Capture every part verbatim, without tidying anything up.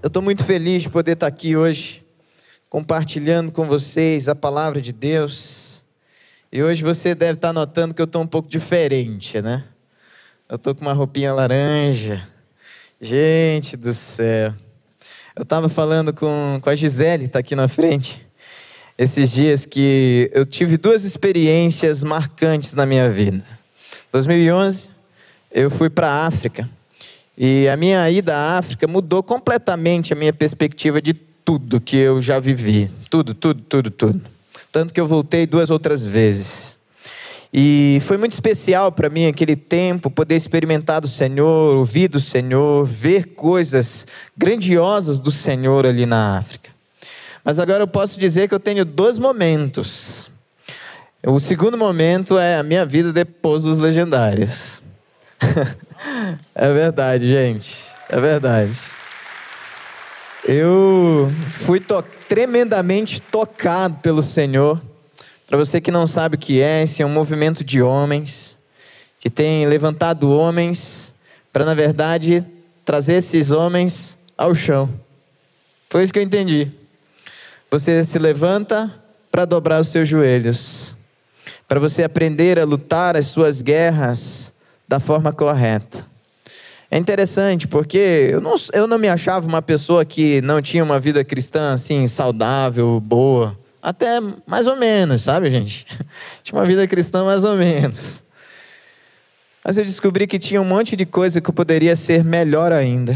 Eu estou muito feliz de poder estar aqui hoje, compartilhando com vocês a palavra de Deus. E hoje você deve estar notando que eu estou um pouco diferente, né? Eu estou com uma roupinha laranja. Gente do céu. Eu estava falando com, com a Gisele, está aqui na frente, esses dias que eu tive duas experiências marcantes na minha vida. Em dois mil e onze, eu fui para a África. E a minha ida à África mudou completamente a minha perspectiva de tudo que eu já vivi. Tudo, tudo, tudo, tudo. Tanto que eu voltei duas outras vezes. E foi muito especial para mim aquele tempo, poder experimentar do Senhor, ouvir do Senhor, ver coisas grandiosas do Senhor ali na África. Mas agora eu posso dizer que eu tenho dois momentos. O segundo momento é a minha vida depois dos legendários. É verdade, gente. É verdade. Eu fui to- tremendamente tocado pelo Senhor. Para você que não sabe o que é, esse é um movimento de homens que tem levantado homens para, na verdade, trazer esses homens ao chão. Foi isso que eu entendi. Você se levanta para dobrar os seus joelhos, para você aprender a lutar as suas guerras da forma correta. É interessante porque eu não, eu não me achava uma pessoa que não tinha uma vida cristã assim, saudável, boa. Até mais ou menos, sabe, gente? Tinha uma vida cristã mais ou menos. Mas eu descobri que tinha um monte de coisa que eu poderia ser melhor ainda.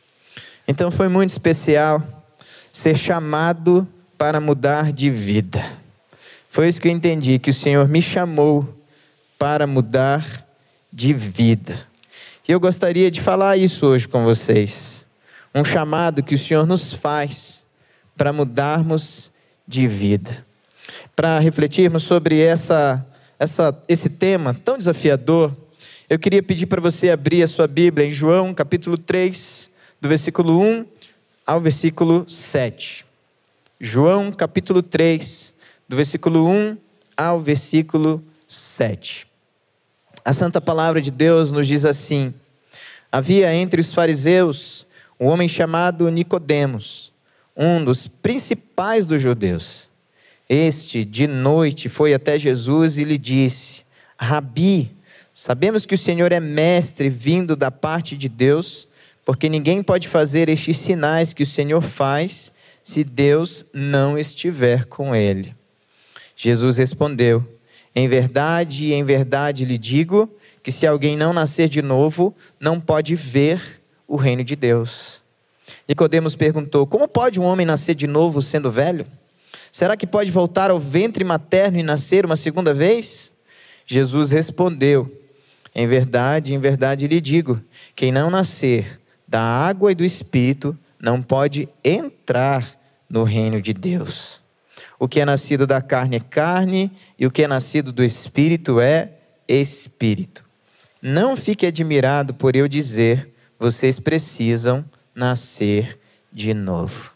Então foi muito especial ser chamado para mudar de vida. Foi isso que eu entendi, que o Senhor me chamou para mudar de vida. E eu gostaria de falar isso hoje com vocês. Um chamado que o Senhor nos faz para mudarmos de vida. Para refletirmos sobre essa, essa, esse tema tão desafiador, eu queria pedir para você abrir a sua Bíblia em João capítulo três, do versículo um ao versículo sete. João capítulo três, do versículo um ao versículo sete. A santa palavra de Deus nos diz assim: havia entre os fariseus um homem chamado Nicodemos, um dos principais dos judeus. Este, de noite, foi até Jesus e lhe disse: Rabi, sabemos que o Senhor é mestre vindo da parte de Deus, porque ninguém pode fazer estes sinais que o Senhor faz se Deus não estiver com ele. Jesus respondeu: em verdade, em verdade lhe digo que se alguém não nascer de novo, não pode ver o reino de Deus. Nicodemos perguntou: como pode um homem nascer de novo sendo velho? Será que pode voltar ao ventre materno e nascer uma segunda vez? Jesus respondeu: em verdade, em verdade lhe digo, quem não nascer da água e do Espírito não pode entrar no reino de Deus. O que é nascido da carne é carne, e o que é nascido do Espírito é Espírito. Não fique admirado por eu dizer, vocês precisam nascer de novo.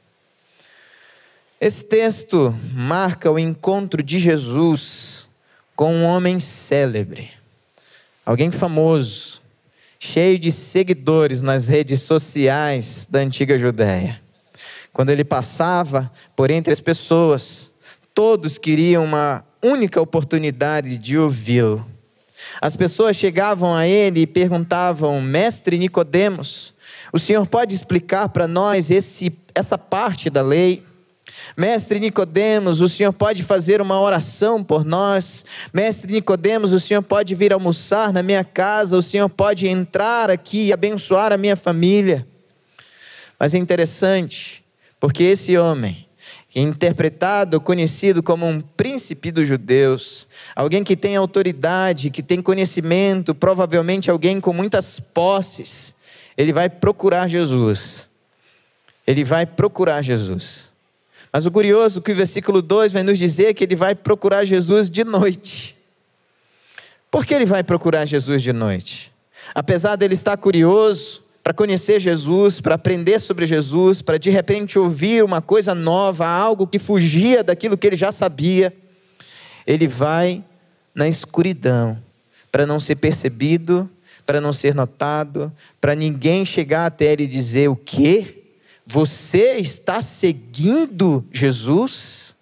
Esse texto marca o encontro de Jesus com um homem célebre, alguém famoso, cheio de seguidores nas redes sociais da antiga Judéia. Quando ele passava por entre as pessoas, todos queriam uma única oportunidade de ouvi-lo. As pessoas chegavam a ele e perguntavam: mestre Nicodemos, o senhor pode explicar para nós esse, essa parte da lei? Mestre Nicodemos, o senhor pode fazer uma oração por nós? Mestre Nicodemos, o senhor pode vir almoçar na minha casa? O senhor pode entrar aqui e abençoar a minha família? Mas é interessante, porque esse homem, interpretado, conhecido como um príncipe dos judeus, alguém que tem autoridade, que tem conhecimento, provavelmente alguém com muitas posses, ele vai procurar Jesus. Ele vai procurar Jesus. Mas o curioso é que o versículo dois vai nos dizer que ele vai procurar Jesus de noite. Por que ele vai procurar Jesus de noite? Apesar dele estar curioso para conhecer Jesus, para aprender sobre Jesus, para de repente ouvir uma coisa nova, algo que fugia daquilo que ele já sabia, ele vai na escuridão, para não ser percebido, para não ser notado, para ninguém chegar até ele e dizer: o quê? você está seguindo Jesus?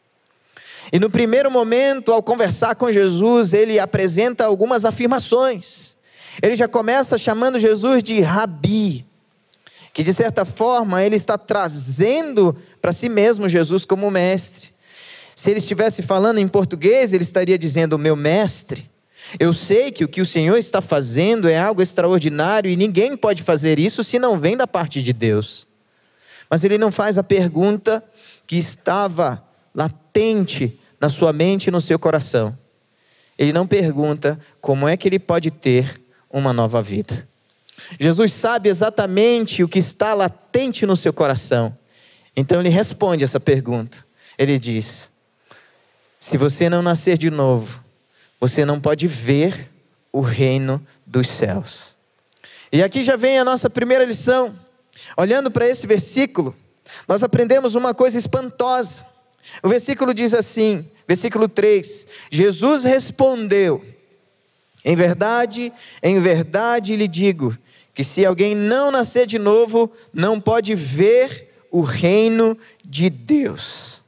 E no primeiro momento, ao conversar com Jesus, ele apresenta algumas afirmações. Ele já começa chamando Jesus de Rabi, que de certa forma ele está trazendo para si mesmo Jesus como mestre. Se ele estivesse falando em português, ele estaria dizendo: meu mestre, eu sei que o que o Senhor está fazendo é algo extraordinário e ninguém pode fazer isso se não vem da parte de Deus. Mas ele não faz a pergunta que estava latente na sua mente e no seu coração. Ele não pergunta como é que ele pode ter uma nova vida. Jesus sabe exatamente o que está latente no seu coração. Então ele responde essa pergunta. Ele diz: se você não nascer de novo, você não pode ver o reino dos céus. E aqui já vem a nossa primeira lição. Olhando para esse versículo, nós aprendemos uma coisa espantosa. O versículo diz assim, versículo três: Jesus respondeu: em verdade, em verdade lhe digo, que se alguém não nascer de novo, não pode ver o reino de Deus.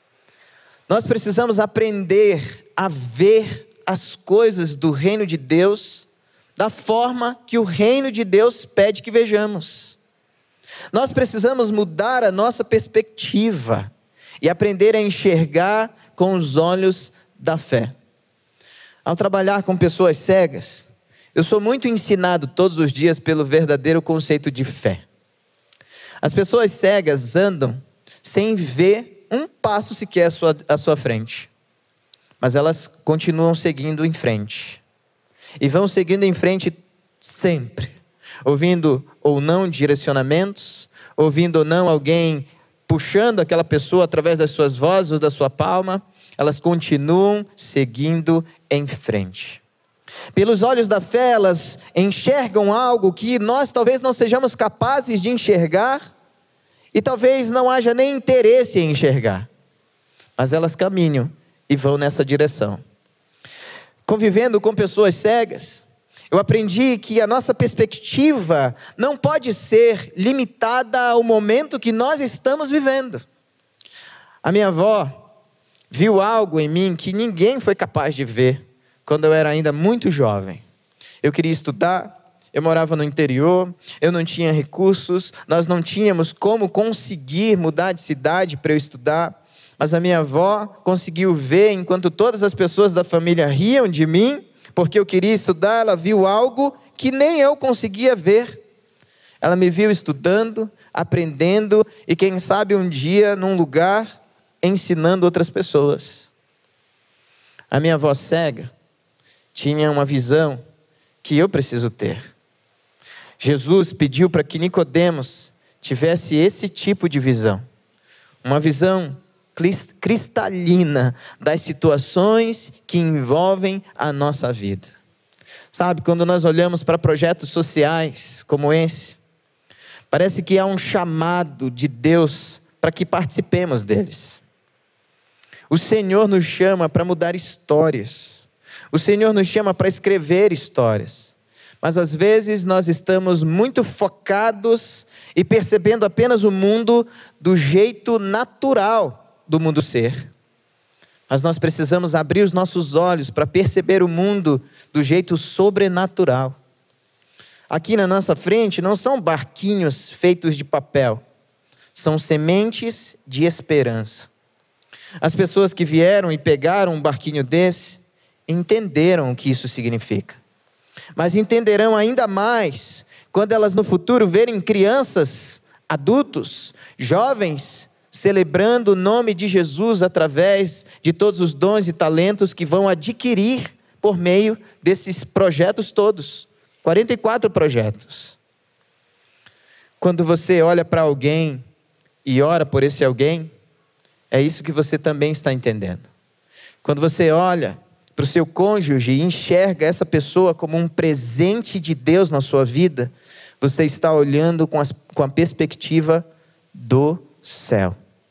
Nós precisamos aprender a ver as coisas do reino de Deus da forma que o reino de Deus pede que vejamos. Nós precisamos mudar a nossa perspectiva e aprender a enxergar com os olhos da fé. Ao trabalhar com pessoas cegas, eu sou muito ensinado todos os dias pelo verdadeiro conceito de fé. As pessoas cegas andam sem ver um passo sequer à sua, à sua frente, mas elas continuam seguindo em frente, e vão seguindo em frente sempre, ouvindo ou não direcionamentos, ouvindo ou não alguém puxando aquela pessoa através das suas vozes ou da sua palma, elas continuam seguindo em frente. Pelos olhos da fé, elas enxergam algo que nós talvez não sejamos capazes de enxergar, e talvez não haja nem interesse em enxergar, mas elas caminham e vão nessa direção. Convivendo com pessoas cegas, eu aprendi que a nossa perspectiva não pode ser limitada ao momento que nós estamos vivendo. A minha avó viu algo em mim que ninguém foi capaz de ver quando eu era ainda muito jovem. Eu queria estudar, eu morava no interior, eu não tinha recursos, nós não tínhamos como conseguir mudar de cidade para eu estudar, mas a minha avó conseguiu ver, enquanto todas as pessoas da família riam de mim, porque eu queria estudar, ela viu algo que nem eu conseguia ver. Ela me viu estudando, aprendendo, e quem sabe um dia num lugar ensinando outras pessoas. A minha avó cega tinha uma visão que eu preciso ter. Jesus pediu para que Nicodemos tivesse esse tipo de visão, uma visão cristalina das situações que envolvem a nossa vida. Sabe, quando nós olhamos para projetos sociais como esse, parece que há um chamado de Deus para que participemos deles. O Senhor nos chama para mudar histórias, o Senhor nos chama para escrever histórias. Mas às vezes nós estamos muito focados e percebendo apenas o mundo do jeito natural do mundo ser. Mas nós precisamos abrir os nossos olhos para perceber o mundo do jeito sobrenatural. Aqui na nossa frente não são barquinhos feitos de papel, são sementes de esperança. As pessoas que vieram e pegaram um barquinho desse entenderam o que isso significa. Mas entenderão ainda mais quando elas no futuro verem crianças, adultos, jovens, celebrando o nome de Jesus através de todos os dons e talentos que vão adquirir por meio desses projetos todos. quarenta e quatro projetos. Quando você olha para alguém e ora por esse alguém, é isso que você também está entendendo. Quando você olha para o seu cônjuge e enxerga essa pessoa como um presente de Deus na sua vida, você está olhando com, as, com a perspectiva do céu.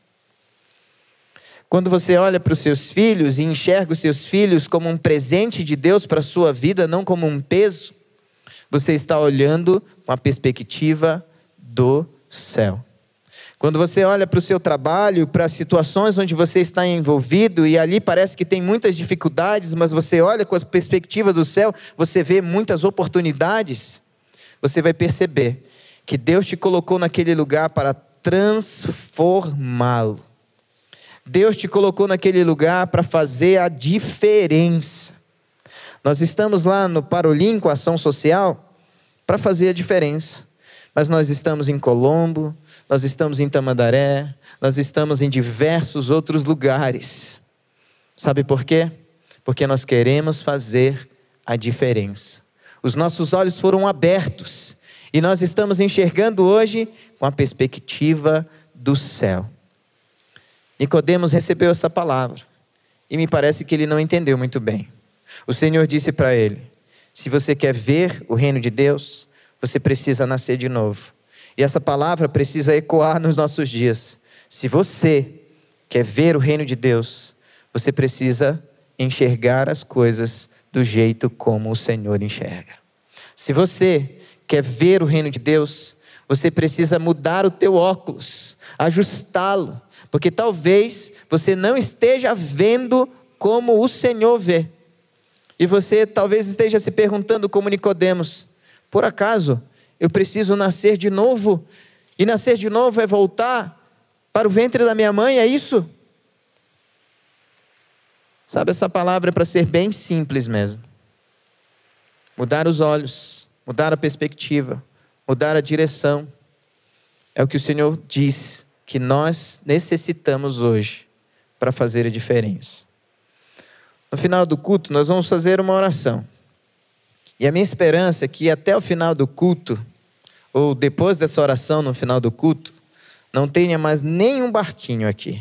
Quando você olha para os seus filhos e enxerga os seus filhos como um presente de Deus para a sua vida, não como um peso, você está olhando com a perspectiva do céu. Quando você olha para o seu trabalho, para as situações onde você está envolvido, e ali parece que tem muitas dificuldades, mas você olha com a perspectiva do céu, você vê muitas oportunidades, você vai perceber que Deus te colocou naquele lugar para transformá-lo. Deus te colocou naquele lugar para fazer a diferença. Nós estamos lá no Parolim com a ação social para fazer a diferença. Mas nós estamos em Colombo, nós estamos em Tamandaré, nós estamos em diversos outros lugares. Sabe por quê? Porque nós queremos fazer a diferença. Os nossos olhos foram abertos e nós estamos enxergando hoje com a perspectiva do céu. Nicodemos recebeu essa palavra e me parece que ele não entendeu muito bem. O Senhor disse para ele: se você quer ver o reino de Deus, você precisa nascer de novo. E essa palavra precisa ecoar nos nossos dias. Se você quer ver o reino de Deus, você precisa enxergar as coisas do jeito como o Senhor enxerga. Se você quer ver o reino de Deus, você precisa mudar o teu óculos, ajustá-lo, porque talvez você não esteja vendo como o Senhor vê. E você talvez esteja se perguntando como Nicodemos: por acaso eu preciso nascer de novo? E nascer de novo é voltar para o ventre da minha mãe, é isso? Sabe, essa palavra é para ser bem simples mesmo. Mudar os olhos, mudar a perspectiva, mudar a direção. É o que o Senhor diz que nós necessitamos hoje para fazer a diferença. No final do culto nós vamos fazer uma oração. E a minha esperança é que até o final do culto, ou depois dessa oração no final do culto, não tenha mais nenhum barquinho aqui.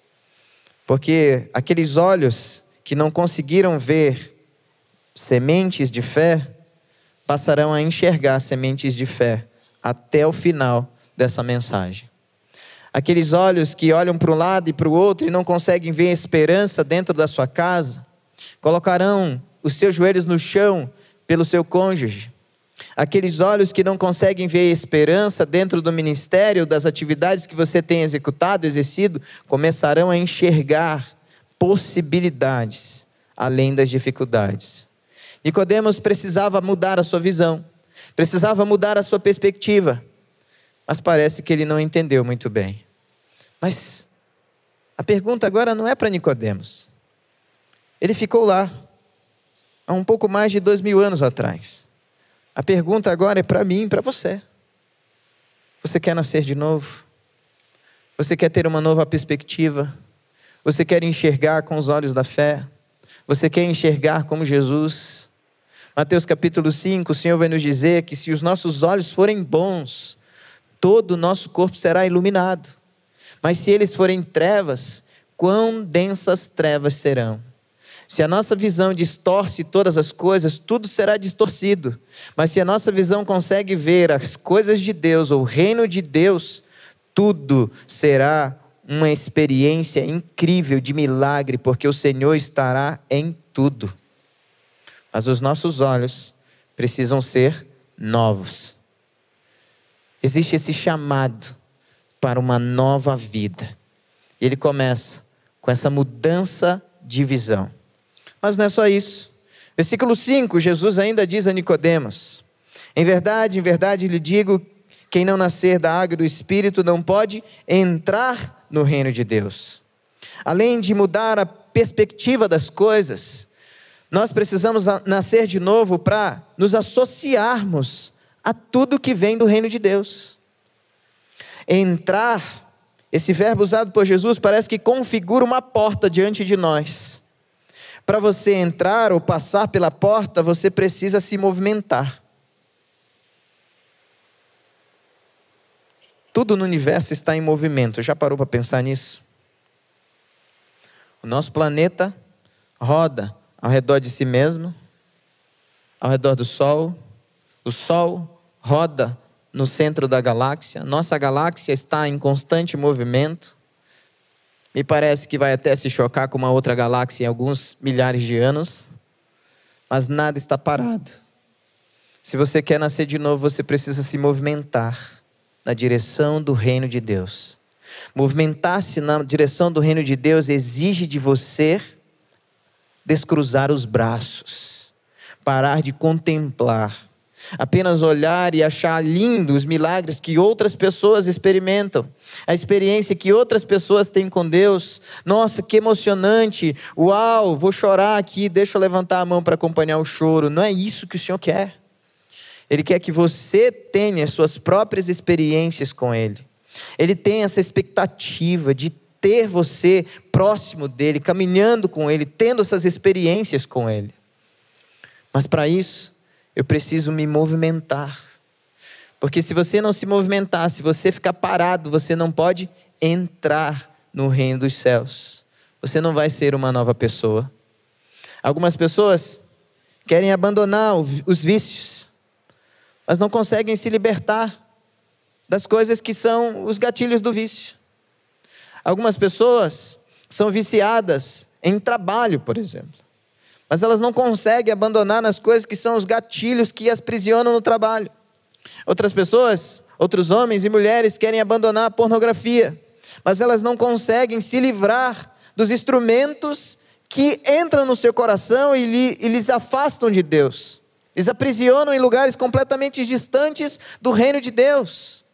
Porque aqueles olhos que não conseguiram ver sementes de fé, passarão a enxergar sementes de fé até o final dessa mensagem. Aqueles olhos que olham para um lado e para o outro e não conseguem ver esperança dentro da sua casa, colocarão os seus joelhos no chão pelo seu cônjuge. Aqueles olhos que não conseguem ver esperança dentro do ministério, das atividades que você tem executado, exercido, começarão a enxergar possibilidades além das dificuldades. Nicodemos precisava mudar a sua visão, precisava mudar a sua perspectiva, mas parece que ele não entendeu muito bem. Mas a pergunta agora não é para Nicodemos. Ele ficou lá há um pouco mais de dois mil anos atrás. A pergunta agora é para mim e para você. Você quer nascer de novo? Você quer ter uma nova perspectiva? Você quer enxergar com os olhos da fé? Você quer enxergar como Jesus? Mateus capítulo cinco, o Senhor vai nos dizer que se os nossos olhos forem bons, todo o nosso corpo será iluminado. Mas se eles forem trevas, quão densas trevas serão? Se a nossa visão distorce todas as coisas, tudo será distorcido. Mas se a nossa visão consegue ver as coisas de Deus, ou o reino de Deus, tudo será uma experiência incrível de milagre, porque o Senhor estará em tudo. Mas os nossos olhos precisam ser novos. Existe esse chamado para uma nova vida. E ele começa com essa mudança de visão. Mas não é só isso. Versículo cinco, Jesus ainda diz a Nicodemos: em verdade, em verdade lhe digo, quem não nascer da água e do Espírito não pode entrar no reino de Deus. Além de mudar a perspectiva das coisas, nós precisamos nascer de novo para nos associarmos a tudo que vem do reino de Deus. Entrar, esse verbo usado por Jesus parece que configura uma porta diante de nós. Para você entrar ou passar pela porta, você precisa se movimentar. Tudo no universo está em movimento. Já parou para pensar nisso? O nosso planeta roda ao redor de si mesmo, ao redor do Sol. O Sol roda no centro da galáxia. Nossa galáxia está em constante movimento. Me parece que vai até se chocar com uma outra galáxia em alguns milhares de anos. Mas nada está parado. Se você quer nascer de novo, você precisa se movimentar na direção do reino de Deus. Movimentar-se na direção do reino de Deus exige de você descruzar os braços, parar de contemplar, apenas olhar e achar lindo os milagres que outras pessoas experimentam, a experiência que outras pessoas têm com Deus. Nossa, que emocionante, uau, vou chorar aqui, deixa eu levantar a mão para acompanhar o choro. Não é isso que o Senhor quer. Ele quer que você tenha suas próprias experiências com Ele. Ele tem essa expectativa de ter você próximo dEle, caminhando com Ele, tendo essas experiências com Ele. Mas para isso, eu preciso me movimentar. Porque se você não se movimentar, se você ficar parado, você não pode entrar no reino dos céus. Você não vai ser uma nova pessoa. Algumas pessoas querem abandonar os vícios, mas não conseguem se libertar das coisas que são os gatilhos do vício. Algumas pessoas são viciadas em trabalho, por exemplo, mas elas não conseguem abandonar nas coisas que são os gatilhos que as aprisionam no trabalho. Outras pessoas, outros homens e mulheres querem abandonar a pornografia, mas elas não conseguem se livrar dos instrumentos que entram no seu coração e, lhe, e lhes afastam de Deus. Eles aprisionam em lugares completamente distantes do reino de Deus.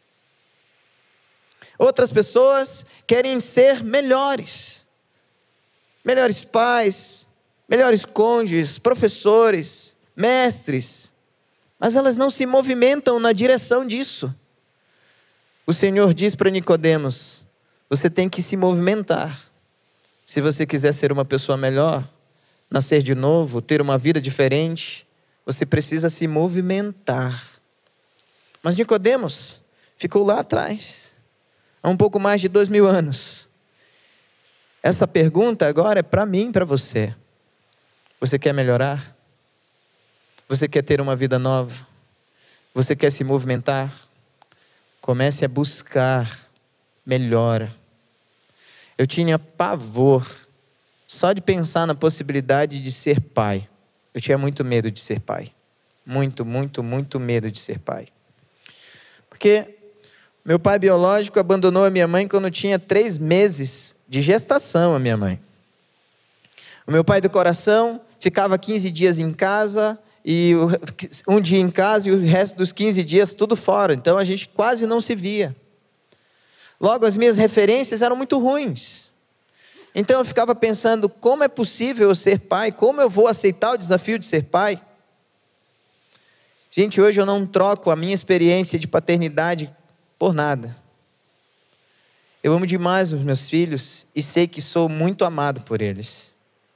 Outras pessoas querem ser melhores. Melhores pais, melhores cônjuges, professores, mestres. Mas elas não se movimentam na direção disso. O Senhor diz para Nicodemos: você tem que se movimentar. Se você quiser ser uma pessoa melhor, nascer de novo, ter uma vida diferente, você precisa se movimentar. Mas Nicodemos ficou lá atrás, há um pouco mais de dois mil anos. Essa pergunta agora é para mim e para você. Você quer melhorar? Você quer ter uma vida nova? Você quer se movimentar? Comece a buscar melhora. Eu tinha pavor só de pensar na possibilidade de ser pai. Eu tinha muito medo de ser pai. Muito, muito, muito medo de ser pai. Porque meu pai biológico abandonou a minha mãe quando eu tinha três meses de gestação, a minha mãe. O meu pai do coração ficava quinze dias em casa, e um dia em casa e o resto dos quinze dias tudo fora. Então a gente quase não se via. Logo, as minhas referências eram muito ruins. Então eu ficava pensando: como é possível eu ser pai? Como eu vou aceitar o desafio de ser pai? Gente, hoje eu não troco a minha experiência de paternidade por nada. Eu amo demais os meus filhos e sei que sou muito amado por eles.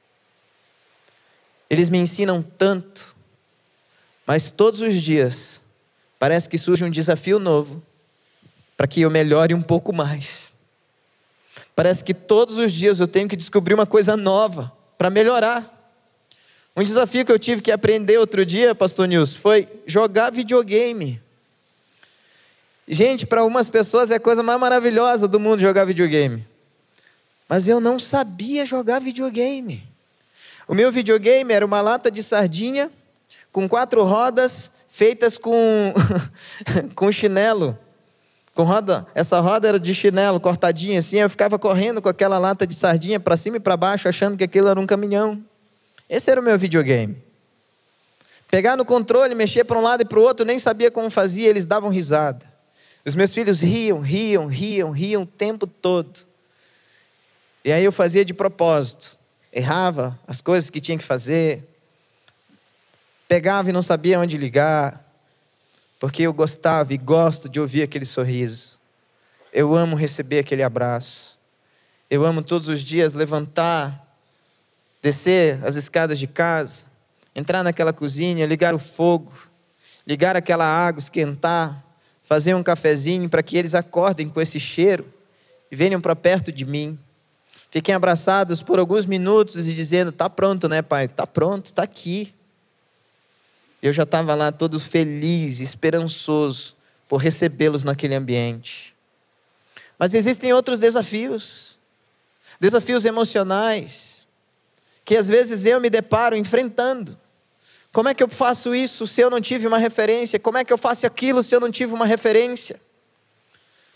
Eles me ensinam tanto, mas todos os dias parece que surge um desafio novo para que eu melhore um pouco mais. Parece que todos os dias eu tenho que descobrir uma coisa nova para melhorar. Um desafio que eu tive que aprender outro dia, pastor Nilson, foi jogar videogame. Gente, para algumas pessoas é a coisa mais maravilhosa do mundo jogar videogame. Mas eu não sabia jogar videogame. O meu videogame era uma lata de sardinha com quatro rodas feitas com, com chinelo. Com roda, essa roda era de chinelo, cortadinha assim. Eu ficava correndo com aquela lata de sardinha para cima e para baixo, achando que aquilo era um caminhão. Esse era o meu videogame. Pegar no controle, mexer para um lado e para o outro, nem sabia como fazia, eles davam risada. Os meus filhos riam, riam, riam, riam o tempo todo. E aí eu fazia de propósito. Errava as coisas que tinha que fazer. Pegava e não sabia onde ligar. Porque eu gostava e gosto de ouvir aquele sorriso. Eu amo receber aquele abraço. Eu amo todos os dias levantar, descer as escadas de casa, entrar naquela cozinha, ligar o fogo, ligar aquela água, esquentar, fazer um cafezinho para que eles acordem com esse cheiro e venham para perto de mim. Fiquem abraçados por alguns minutos e dizendo: tá pronto, né, pai? Tá pronto, tá aqui. Eu já estava lá todo feliz, esperançoso por recebê-los naquele ambiente. Mas existem outros desafios, desafios emocionais, que às vezes eu me deparo enfrentando. Como é que eu faço isso se eu não tive uma referência? Como é que eu faço aquilo se eu não tive uma referência?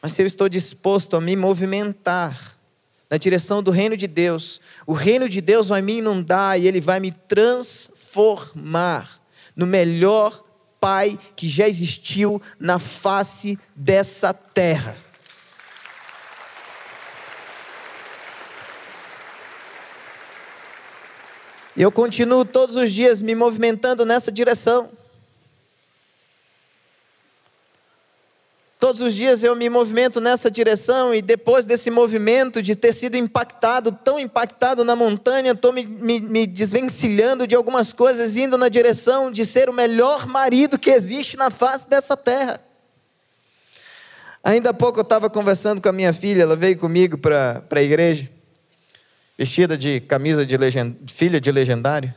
mas se eu estou disposto a me movimentar na direção do reino de Deus, o reino de Deus vai me inundar e Ele vai me transformar no melhor pai que já existiu na face dessa terra. E eu continuo todos os dias me movimentando nessa direção. Todos os dias eu me movimento nessa direção, e depois desse movimento, de ter sido impactado, tão impactado na montanha, estou me, me, me desvencilhando de algumas coisas, indo na direção de ser o melhor marido que existe na face dessa terra. Ainda há pouco eu estava conversando com a minha filha, ela veio comigo para a igreja, vestida de camisa de legend... filha de legendário.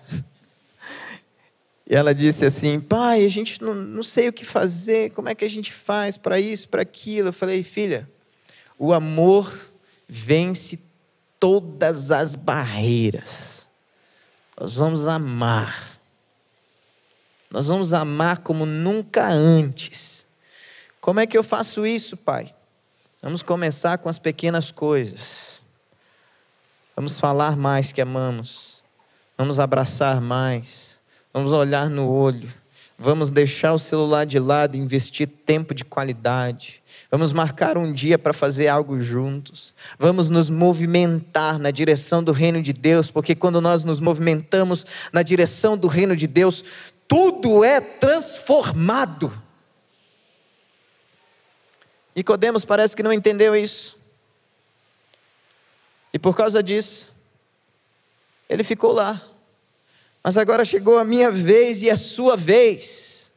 E ela disse assim: pai, a gente não, não sei o que fazer, como é que a gente faz para isso, para aquilo? Eu falei: filha, o amor vence todas as barreiras. Nós vamos amar. Nós vamos amar como nunca antes. Como é que eu faço isso, pai? Vamos começar com as pequenas coisas. Vamos falar mais que amamos. Vamos abraçar mais. Vamos olhar no olho, vamos deixar o celular de lado e investir tempo de qualidade. Vamos marcar um dia para fazer algo juntos. Vamos nos movimentar na direção do reino de Deus, porque quando nós nos movimentamos na direção do reino de Deus, tudo é transformado. Nicodemos parece que não entendeu isso. E por causa disso, ele ficou lá. Mas agora chegou a minha vez e a sua vez.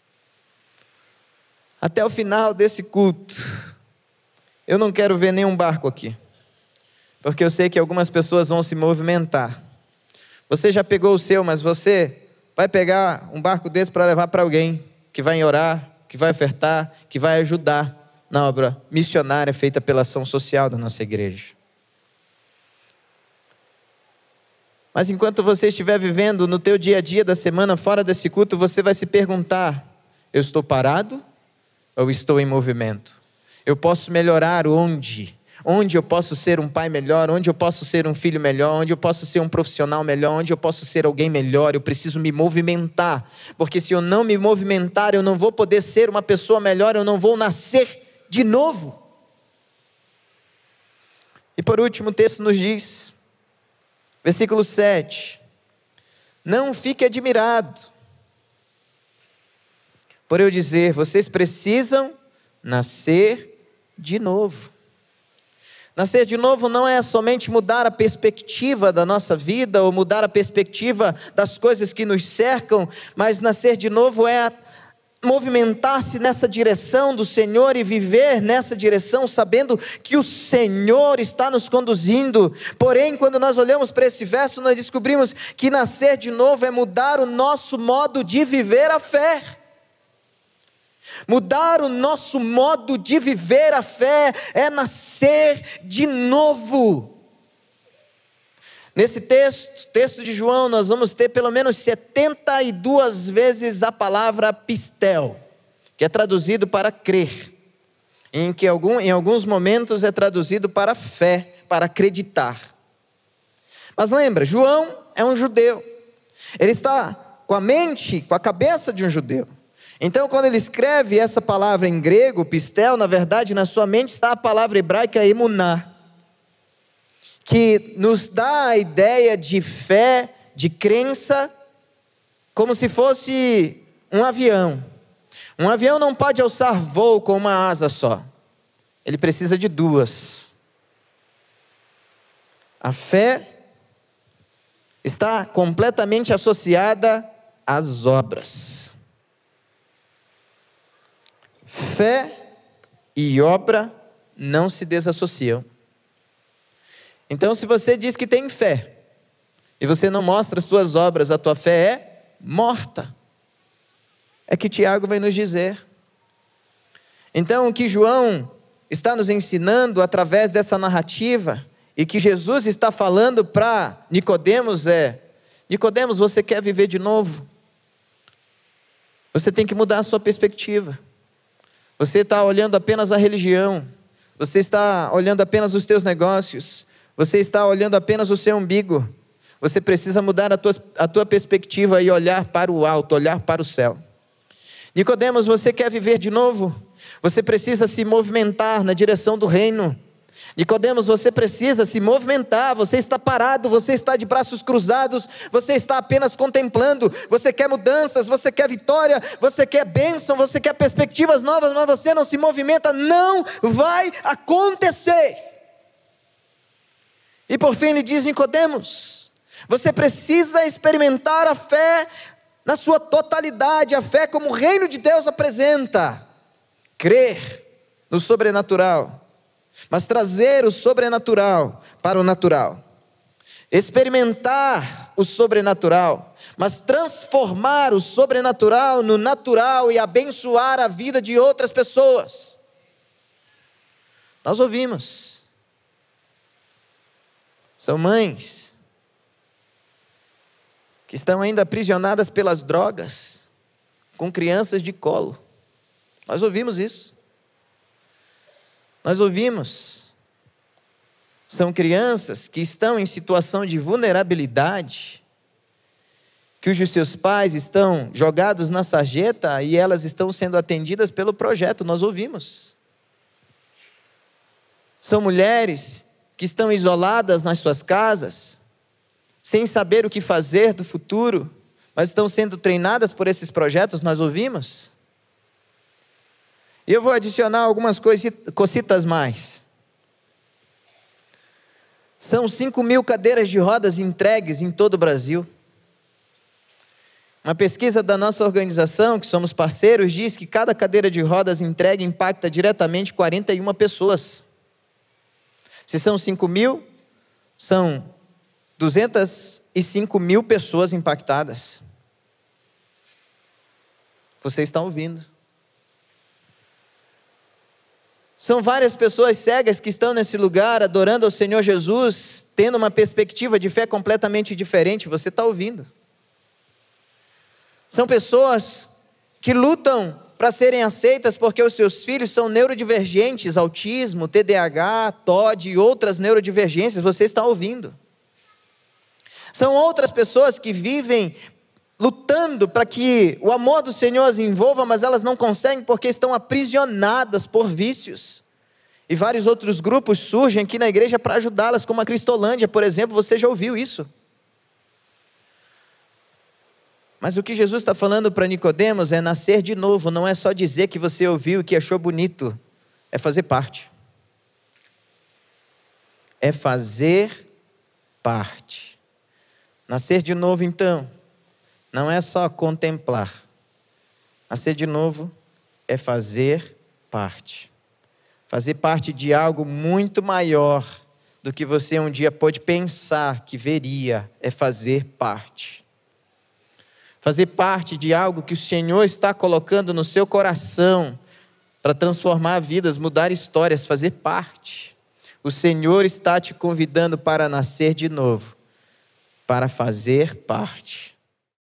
Até o final desse culto, eu não quero ver nenhum barco aqui, porque eu sei que algumas pessoas vão se movimentar. Você já pegou o seu, mas você vai pegar um barco desse para levar para alguém que vai orar, que vai ofertar, que vai ajudar na obra missionária feita pela ação social da nossa igreja. Mas enquanto você estiver vivendo no teu dia a dia da semana fora desse culto, você vai se perguntar: eu estou parado ou estou em movimento? Eu posso melhorar onde? Onde eu posso ser um pai melhor? Onde eu posso ser um filho melhor? Onde eu posso ser um profissional melhor? Onde eu posso ser alguém melhor? Eu preciso me movimentar, porque se eu não me movimentar, eu não vou poder ser uma pessoa melhor, eu não vou nascer de novo. E por último, o texto nos diz, versículo sete: não fique admirado por eu dizer, vocês precisam nascer de novo. Nascer de novo não é somente mudar a perspectiva da nossa vida, ou mudar a perspectiva das coisas que nos cercam, mas nascer de novo é movimentar-se nessa direção do Senhor e viver nessa direção, sabendo que o Senhor está nos conduzindo. Porém, quando nós olhamos para esse verso, nós descobrimos que nascer de novo é mudar o nosso modo de viver a fé. Mudar o nosso modo de viver a fé é nascer de novo. Nesse texto, texto de João, nós vamos ter pelo menos setenta e duas vezes a palavra pistel, que é traduzido para crer, em que algum, em alguns momentos é traduzido para fé, para acreditar. Mas lembra, João é um judeu, ele está com a mente, com a cabeça de um judeu. Então quando ele escreve essa palavra em grego, pistel, na verdade na sua mente está a palavra hebraica emuná, que nos dá a ideia de fé, de crença, como se fosse um avião. Um avião não pode alçar voo com uma asa só, ele precisa de duas. A fé está completamente associada às obras. Fé e obra não se desassociam. Então, se você diz que tem fé e você não mostra as suas obras, a tua fé é morta. É que Tiago vai nos dizer. Então, o que João está nos ensinando através dessa narrativa e que Jesus está falando para Nicodemos é: Nicodemos, você quer viver de novo? Você tem que mudar a sua perspectiva. Você está olhando apenas a religião. Você está olhando apenas os teus negócios. Você está olhando apenas o seu umbigo. Você precisa mudar a tua, a tua perspectiva e olhar para o alto, olhar para o céu. Nicodemos, você quer viver de novo? Você precisa se movimentar na direção do reino. Nicodemos, você precisa se movimentar. Você está parado, você está de braços cruzados, você está apenas contemplando. Você quer mudanças, você quer vitória, você quer bênção, você quer perspectivas novas, mas você não se movimenta. Não vai acontecer. E por fim ele diz: Nicodemos, você precisa experimentar a fé na sua totalidade, a fé como o reino de Deus apresenta. Crer no sobrenatural, mas trazer o sobrenatural para o natural. Experimentar o sobrenatural, mas transformar o sobrenatural no natural e abençoar a vida de outras pessoas. Nós ouvimos. São mães que estão ainda aprisionadas pelas drogas, com crianças de colo. Nós ouvimos isso. Nós ouvimos. São crianças que estão em situação de vulnerabilidade, cujos seus pais estão jogados na sarjeta e elas estão sendo atendidas pelo projeto. Nós ouvimos. São mulheres que estão isoladas nas suas casas, sem saber o que fazer do futuro, mas estão sendo treinadas por esses projetos. Nós ouvimos. E eu vou adicionar algumas cositas mais. São cinco mil cadeiras de rodas entregues em todo o Brasil. Uma pesquisa da nossa organização, que somos parceiros, diz que cada cadeira de rodas entregue impacta diretamente quarenta e uma pessoas. Se são cinco mil, são duzentas e cinco mil pessoas impactadas. Você está ouvindo? São várias pessoas cegas que estão nesse lugar, adorando ao Senhor Jesus, tendo uma perspectiva de fé completamente diferente. Você está ouvindo? São pessoas que lutam para serem aceitas porque os seus filhos são neurodivergentes, autismo, T D A H, T O D e outras neurodivergências. Você está ouvindo? São outras pessoas que vivem lutando para que o amor do Senhor as envolva, mas elas não conseguem porque estão aprisionadas por vícios. E vários outros grupos surgem aqui na igreja para ajudá-las, como a Cristolândia, por exemplo. Você já ouviu isso? Mas o que Jesus está falando para Nicodemos é nascer de novo. Não é só dizer que você ouviu e que achou bonito. É fazer parte. É fazer parte. Nascer de novo, então, não é só contemplar. Nascer de novo é fazer parte. Fazer parte de algo muito maior do que você um dia pôde pensar que veria. É fazer parte. Fazer parte de algo que o Senhor está colocando no seu coração para transformar vidas, mudar histórias, fazer parte. O Senhor está te convidando para nascer de novo, para fazer parte.